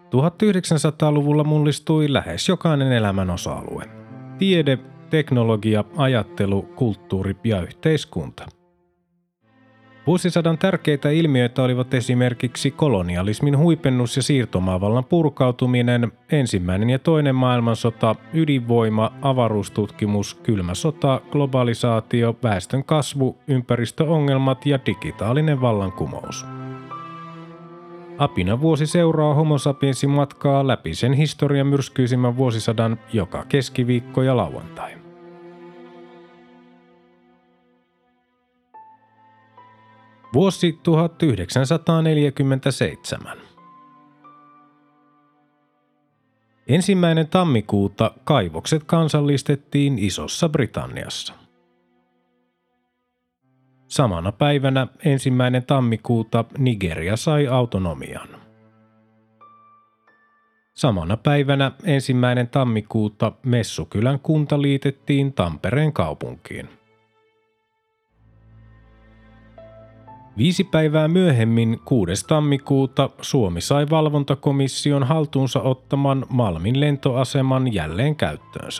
1900-luvulla mullistui lähes jokainen elämän osa-alue. Tiede, teknologia, ajattelu, kulttuuri ja yhteiskunta. Vuosisadan tärkeitä ilmiöitä olivat esimerkiksi kolonialismin huipennus ja siirtomaavallan purkautuminen, ensimmäinen ja toinen maailmansota, ydinvoima, avaruustutkimus, kylmä sota, globalisaatio, väestön kasvu, ympäristöongelmat ja digitaalinen vallankumous. Apina vuosi seuraa Homo sapiensin matkaa läpi sen historian myrskyisimmän vuosisadan joka keskiviikko ja lauantai. Vuosi 1947. 1. tammikuuta kaivokset kansallistettiin Isossa Britanniassa. Samana päivänä 1. tammikuuta Nigeria sai autonomian. Samana päivänä 1. tammikuuta Messukylän kunta liitettiin Tampereen kaupunkiin. 5 päivää myöhemmin 6. tammikuuta Suomi sai valvontakomission haltuunsa ottaman Malmin lentoaseman jälleen käyttöönsä.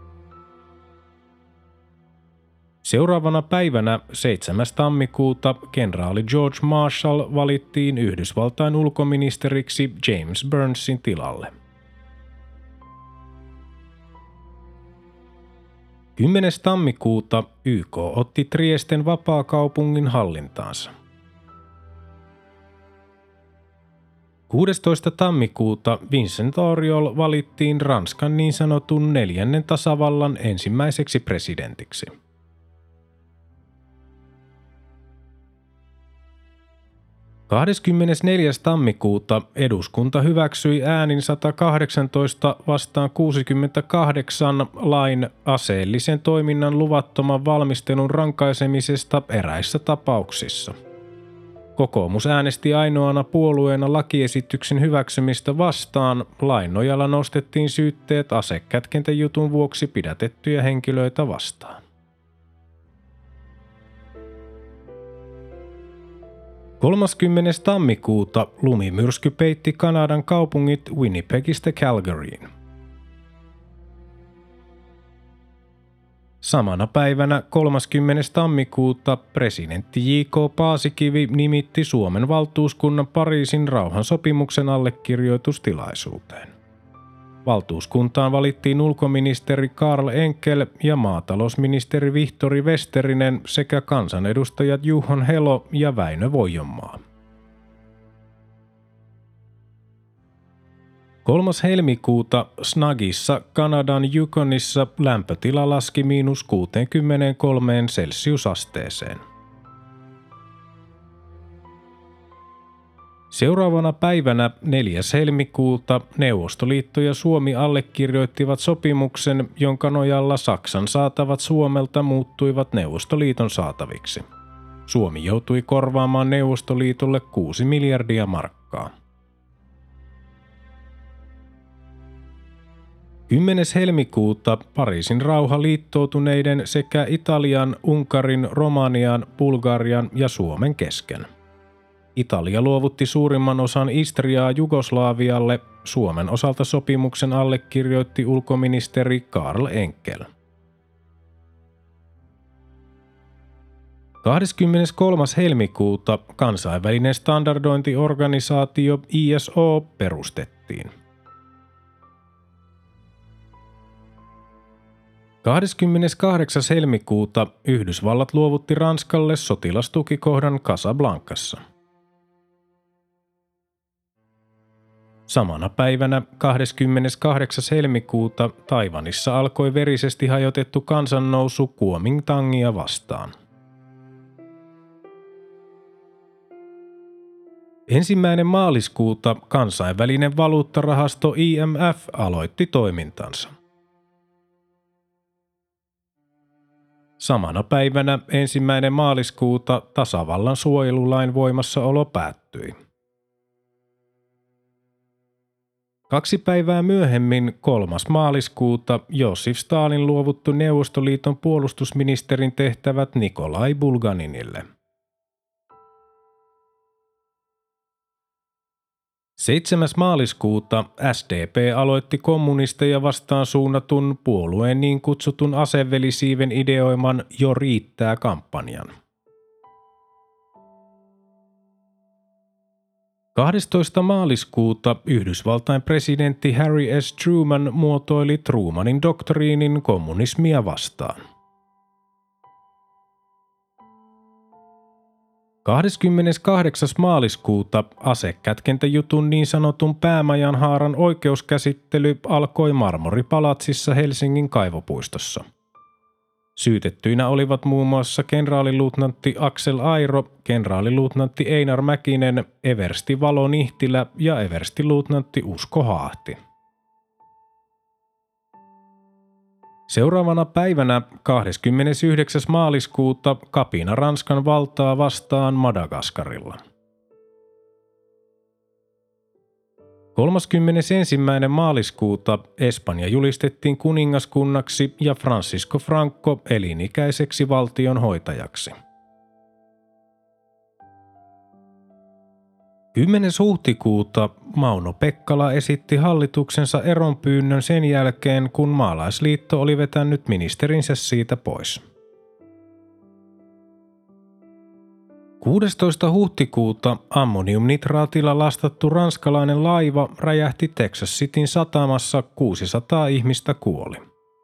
Seuraavana päivänä 7. tammikuuta kenraali George Marshall valittiin Yhdysvaltain ulkoministeriksi James Burnsin tilalle. 10. tammikuuta YK otti Triesten vapaakaupungin hallintaansa. 16. tammikuuta Vincent Auriol valittiin Ranskan niin sanotun 4. tasavallan ensimmäiseksi presidentiksi. 24. tammikuuta eduskunta hyväksyi äänin 118 vastaan 68 lain aseellisen toiminnan luvattoman valmistelun rankaisemisesta eräissä tapauksissa. Kokoomus äänesti ainoana puolueena lakiesityksen hyväksymistä vastaan. Lain nojalla nostettiin syytteet asekätkentäjutun vuoksi pidätettyjä henkilöitä vastaan. 30. tammikuuta lumimyrsky peitti Kanadan kaupungit Winnipegistä Calgaryin. Samana päivänä 30. tammikuuta presidentti J.K. Paasikivi nimitti Suomen valtuuskunnan Pariisin rauhansopimuksen allekirjoitustilaisuuteen. Valtuuskuntaan valittiin ulkoministeri Karl Enkel ja maatalousministeri Vihtori Westerinen sekä kansanedustajat Juhon Helo ja Väinö Voijonmaa. 3. helmikuuta Snagissa Kanadan Yukonissa lämpötila laski -63 celsiusasteeseen. Seuraavana päivänä 4. helmikuuta Neuvostoliitto ja Suomi allekirjoittivat sopimuksen, jonka nojalla Saksan saatavat Suomelta muuttuivat Neuvostoliiton saataviksi. Suomi joutui korvaamaan Neuvostoliitolle 6 miljardia markkaa. 10. helmikuuta Pariisin rauha liittoutuneiden sekä Italian, Unkarin, Romanian, Bulgarian ja Suomen kesken. Italia luovutti suurimman osan Istriaa Jugoslavialle. Suomen osalta sopimuksen allekirjoitti ulkoministeri Karl Enkel. 23. helmikuuta kansainvälinen standardointiorganisaatio ISO perustettiin. 28. helmikuuta Yhdysvallat luovutti Ranskalle sotilastukikohdan Casablancassa. Samana päivänä 28. helmikuuta Taiwanissa alkoi verisesti hajotettu kansannousu Kuomintangia vastaan. 1. maaliskuuta kansainvälinen valuuttarahasto IMF aloitti toimintansa. Samana päivänä 1. maaliskuuta tasavallan suojelulain voimassaolo päättyi. 2 päivää myöhemmin 3. maaliskuuta Josif Stalin luovutti Neuvostoliiton puolustusministerin tehtävät Nikolai Bulganinille. 7. maaliskuuta SDP aloitti kommunisteja vastaan suunnatun puolueen niin kutsutun asevelisiiven ideoiman Jo riittää -kampanjan. 12. maaliskuuta Yhdysvaltain presidentti Harry S. Truman muotoili Trumanin doktriinin kommunismia vastaan. 28. maaliskuuta asekätkentäjutun niin sanotun päämajan haaran oikeuskäsittely alkoi Marmoripalatsissa Helsingin kaivopuistossa. Syytettyinä olivat muun muassa kenraaliluutnantti Aksel Airo, kenraaliluutnantti Einar Mäkinen, eversti Valo Nihtilä ja everstiluutnantti Usko Haahti. Seuraavana päivänä 29. maaliskuuta kapina Ranskan valtaa vastaan Madagaskarilla. 31. maaliskuuta Espanja julistettiin kuningaskunnaksi ja Francisco Franco elinikäiseksi valtionhoitajaksi. 10. huhtikuuta Mauno Pekkala esitti hallituksensa eronpyynnön sen jälkeen, kun Maalaisliitto oli vetänyt ministerinsä siitä pois. 16. huhtikuuta ammoniumnitraatilla lastattu ranskalainen laiva räjähti Texas Cityn satamassa, 600 ihmistä kuoli.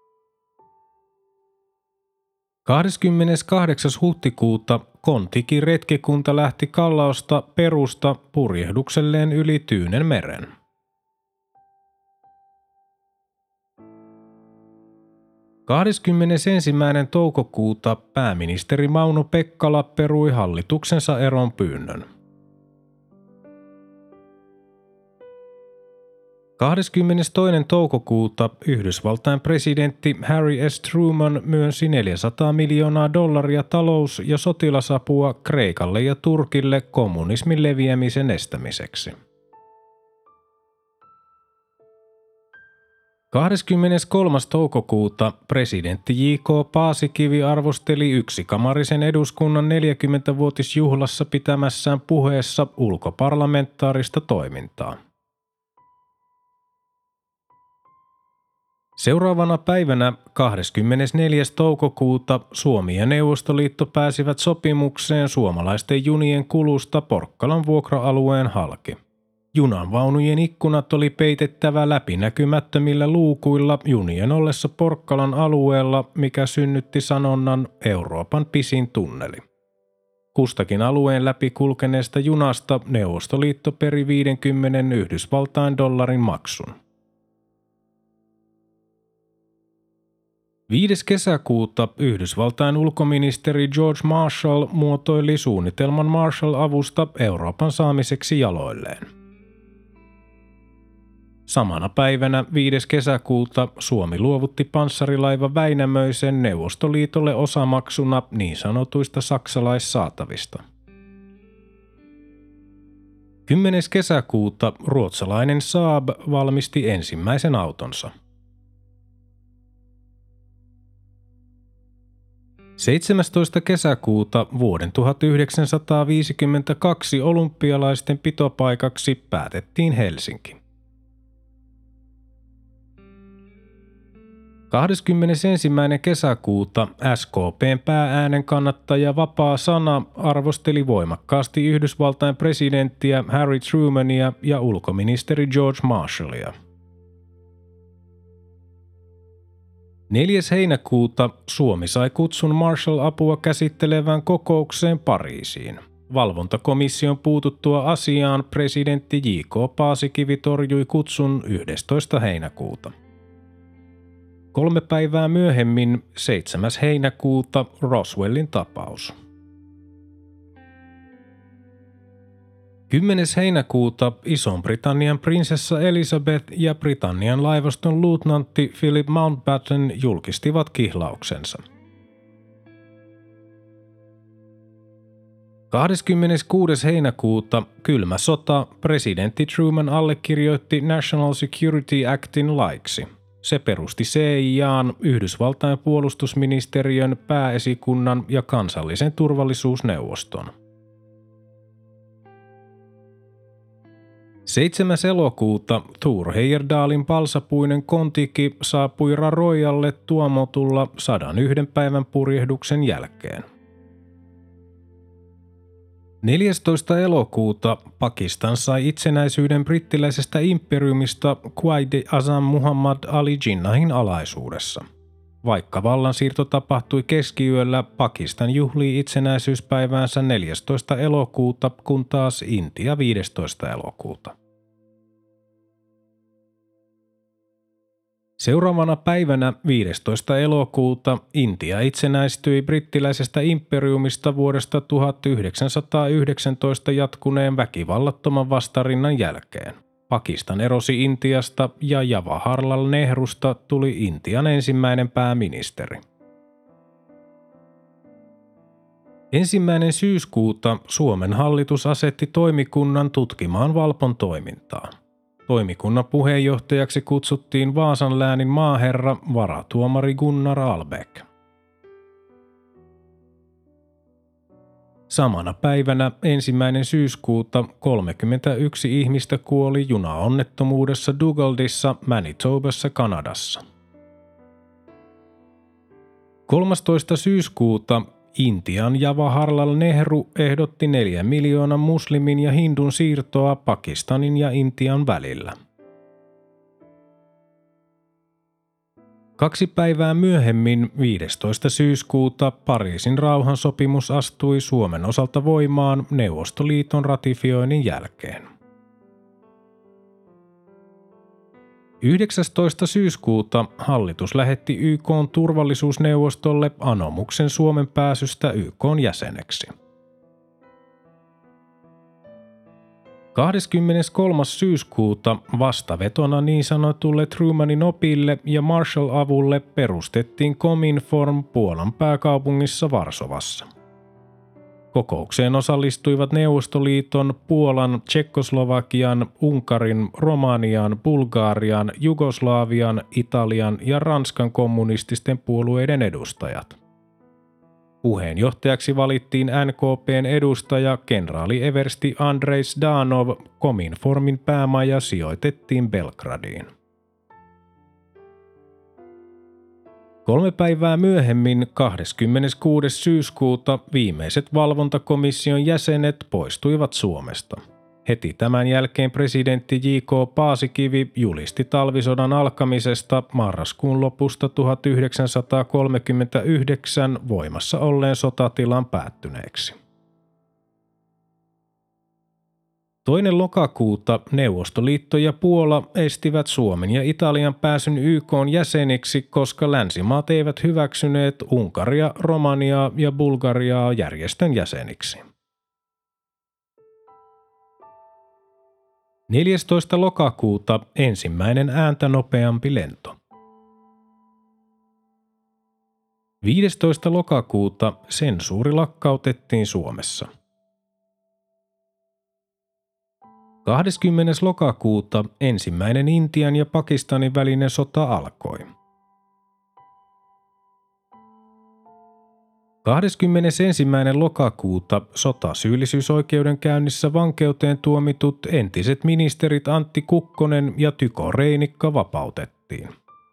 28. huhtikuuta Kontikin retkikunta lähti Kallaosta Perusta purjehdukselleen yli Tyynenmeren. 21. toukokuuta pääministeri Mauno Pekkala perui hallituksensa eronpyynnön. 22. toukokuuta Yhdysvaltain presidentti Harry S. Truman myönsi $400 miljoonaa talous- ja sotilasapua Kreikalle ja Turkille kommunismin leviämisen estämiseksi. 23. toukokuuta presidentti J.K. Paasikivi arvosteli yksikamarisen eduskunnan 40-vuotisjuhlassa pitämässään puheessa ulkoparlamentaarista toimintaa. Seuraavana päivänä 24. toukokuuta Suomi ja Neuvostoliitto pääsivät sopimukseen suomalaisten junien kulusta Porkkalan vuokra-alueen halki. Junanvaunujen ikkunat oli peitettävä läpinäkymättömillä luukuilla junien ollessa Porkkalan alueella, mikä synnytti sanonnan Euroopan pisin tunneli. Kustakin alueen läpi kulkeneesta junasta Neuvostoliitto peri 50 Yhdysvaltain dollarin maksun. 5. kesäkuuta Yhdysvaltain ulkoministeri George Marshall muotoili suunnitelman Marshall-avusta Euroopan saamiseksi jaloilleen. Samana päivänä 5. kesäkuuta Suomi luovutti panssarilaiva Väinämöisen Neuvostoliitolle osamaksuna niin sanotuista saksalaissaatavista. 10. kesäkuuta ruotsalainen Saab valmisti ensimmäisen autonsa. 17. kesäkuuta vuoden 1952 olympialaisten pitopaikaksi päätettiin Helsinki. 21. kesäkuuta SKP:n päääänen kannattaja Vapaa Sana arvosteli voimakkaasti Yhdysvaltain presidenttiä Harry Trumania ja ulkoministeri George Marshallia. 4. heinäkuuta Suomi sai kutsun Marshall-apua käsittelevään kokoukseen Pariisiin. Valvontakomission puututtua asiaan presidentti J.K. Paasikivi torjui kutsun 11. heinäkuuta. 3 päivää myöhemmin, 7. heinäkuuta, Roswellin tapaus. 10. heinäkuuta Ison-Britannian prinsessa Elizabeth ja Britannian laivaston luutnantti Philip Mountbatten julkistivat kihlauksensa. 26. heinäkuuta kylmä sota presidentti Truman allekirjoitti National Security Actin laiksi. Se perusti CIA:n, Yhdysvaltain puolustusministeriön, pääesikunnan ja kansallisen turvallisuusneuvoston. 7. elokuuta Thor Heyerdalin palsapuinen Kontiki saapui Rarojalle tuomotulla 101 päivän purjehduksen jälkeen. 14. elokuuta Pakistan sai itsenäisyyden brittiläisestä imperiumista Quaid-e-Azam Muhammad Ali Jinnahin alaisuudessa. Vaikka vallansiirto tapahtui keskiyöllä, Pakistan juhlii itsenäisyyspäiväänsä 14. elokuuta, kun taas Intia 15. elokuuta. Seuraavana päivänä 15. elokuuta Intia itsenäistyi brittiläisestä imperiumista vuodesta 1919 jatkuneen väkivallattoman vastarinnan jälkeen. Pakistan erosi Intiasta ja Jawaharlal Nehrusta tuli Intian ensimmäinen pääministeri. 1. syyskuuta Suomen hallitus asetti toimikunnan tutkimaan Valpon toimintaa. Toimikunnan puheenjohtajaksi kutsuttiin Vaasan läänin maaherra varatuomari Gunnar Albeck. Samana päivänä 1. syyskuuta 31 ihmistä kuoli junaonnettomuudessa Dugaldissa, Manitobassa, Kanadassa. 13. syyskuuta Intian Jawaharlal Nehru ehdotti 4 miljoonan muslimin ja hindun siirtoa Pakistanin ja Intian välillä. 2 päivää myöhemmin, 15. syyskuuta, Pariisin rauhansopimus astui Suomen osalta voimaan Neuvostoliiton ratifioinnin jälkeen. 19. syyskuuta hallitus lähetti YK:n turvallisuusneuvostolle anomuksen Suomen pääsystä YK:n jäseneksi. 23. syyskuuta vastavetona niin sanotulle Trumanin opille ja Marshall-avulle perustettiin Cominform Puolan pääkaupungissa Varsovassa. Kokoukseen osallistuivat Neuvostoliiton, Puolan, Tšekkoslovakian, Unkarin, Romanian, Bulgarian, Jugoslavian, Italian ja Ranskan kommunististen puolueiden edustajat. Puheenjohtajaksi valittiin NKP:n edustaja kenraali eversti Andrej Zdanov, Cominformin päämaja sijoitettiin Belgradiin. 3 päivää myöhemmin, 26. syyskuuta, viimeiset valvontakomission jäsenet poistuivat Suomesta. Heti tämän jälkeen presidentti J.K. Paasikivi julisti talvisodan alkamisesta marraskuun lopusta 1939 voimassa olleen sotatilan päättyneeksi. 2. lokakuuta Neuvostoliitto ja Puola estivät Suomen ja Italian pääsyn YK:n jäseniksi, koska länsimaat eivät hyväksyneet Unkaria, Romaniaa ja Bulgariaa järjestön jäseniksi. 14. lokakuuta ensimmäinen ääntä nopeampi lento. 15. lokakuuta sensuuri lakkautettiin Suomessa. 20. lokakuuta ensimmäinen Intian ja Pakistanin välinen sota alkoi. 21. lokakuuta sotasyyllisyysoikeudenkäynnissä vankeuteen tuomitut entiset ministerit Antti Kukkonen ja Tyko Reinikka vapautettiin.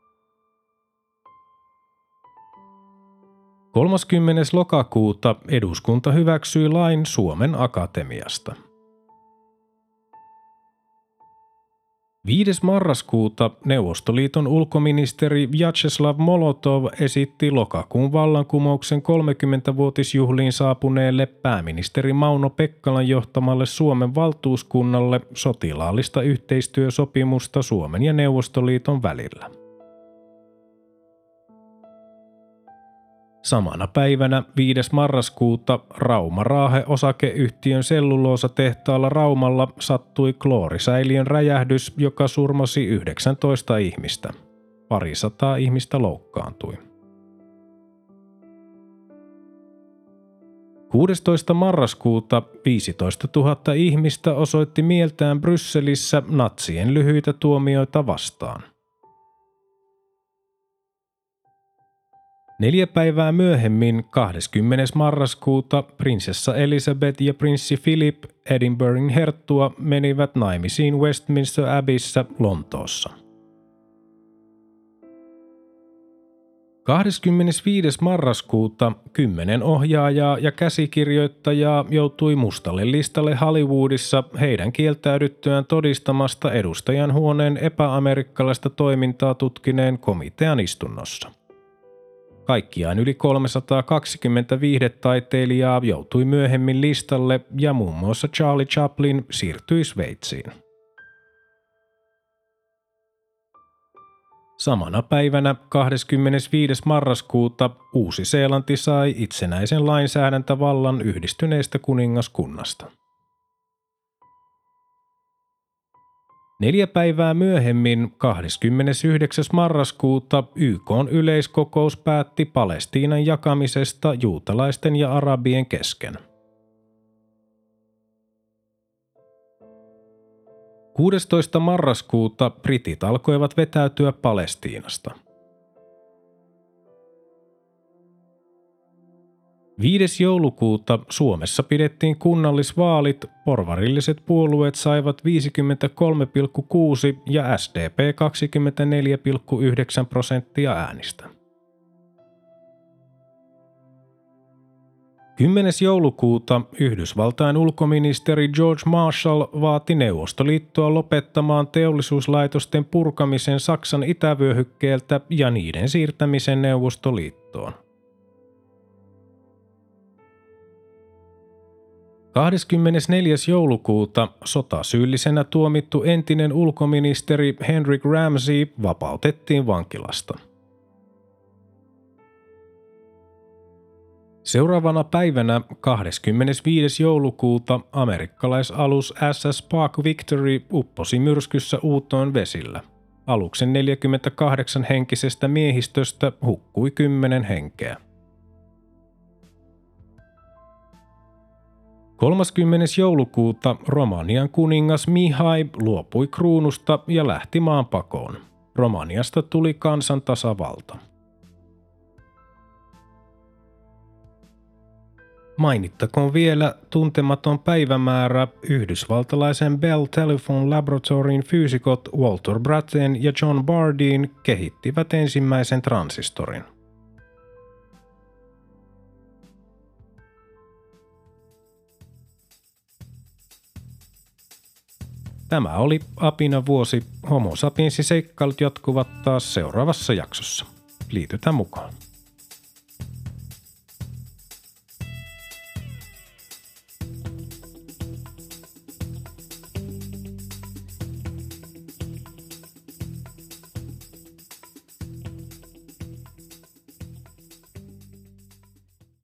30. lokakuuta eduskunta hyväksyi lain Suomen Akatemiasta. 5. marraskuuta Neuvostoliiton ulkoministeri Vjačeslav Molotov esitti lokakuun vallankumouksen 30-vuotisjuhliin saapuneelle pääministeri Mauno Pekkalan johtamalle Suomen valtuuskunnalle sotilaallista yhteistyösopimusta Suomen ja Neuvostoliiton välillä. Samana päivänä 5. marraskuuta Rauma-Raahe-osakeyhtiön selluloosatehtaalla Raumalla sattui kloorisäiliön räjähdys, joka surmasi 19 ihmistä. Parisataa ihmistä loukkaantui. 16. marraskuuta 15 000 ihmistä osoitti mieltään Brysselissä natsien lyhyitä tuomioita vastaan. 4 päivää myöhemmin, 20. marraskuuta, prinsessa Elizabeth ja prinssi Philip, Edinburghin herttua, menivät naimisiin Westminster Abbeyssä Lontoossa. 25. marraskuuta 10 ohjaajaa ja käsikirjoittajaa joutui mustalle listalle Hollywoodissa heidän kieltäydyttyään todistamasta edustajan huoneen epäamerikkalaista toimintaa tutkineen komitean istunnossa. Kaikkiaan yli 320 viihdetaiteilijaa joutui myöhemmin listalle ja muun muassa Charlie Chaplin siirtyi Sveitsiin. Samana päivänä 25. marraskuuta Uusi-Seelanti sai itsenäisen lainsäädäntövallan yhdistyneestä kuningaskunnasta. 4 päivää myöhemmin, 29. marraskuuta, YK:n yleiskokous päätti Palestiinan jakamisesta juutalaisten ja arabien kesken. 16. marraskuuta britit alkoivat vetäytyä Palestiinasta. 5. joulukuuta Suomessa pidettiin kunnallisvaalit, porvarilliset puolueet saivat 53,6 ja SDP 24,9% äänistä. 10. joulukuuta Yhdysvaltain ulkoministeri George Marshall vaati Neuvostoliittoa lopettamaan teollisuuslaitosten purkamisen Saksan itävyöhykkeeltä ja niiden siirtämisen Neuvostoliittoon. 24. joulukuuta sotasyyllisenä tuomittu entinen ulkoministeri Henry Ramsay vapautettiin vankilasta. Seuraavana päivänä 25. joulukuuta amerikkalaisalus SS Park Victory upposi myrskyssä Uutoon vesillä. Aluksen 48 henkisestä miehistöstä hukkui 10 henkeä. 30. joulukuuta Romanian kuningas Mihai luopui kruunusta ja lähti maanpakoon. Romaniasta tuli kansantasavalta. Mainittakoon vielä tuntematon päivämäärä: yhdysvaltalaisen Bell Telephone Laboratoryn fyysikot Walter Brattain ja John Bardeen kehittivät ensimmäisen transistorin. Tämä oli Apina vuosi. Homo sapiensin seikkailut jatkuvat taas seuraavassa jaksossa. Liitytään mukaan.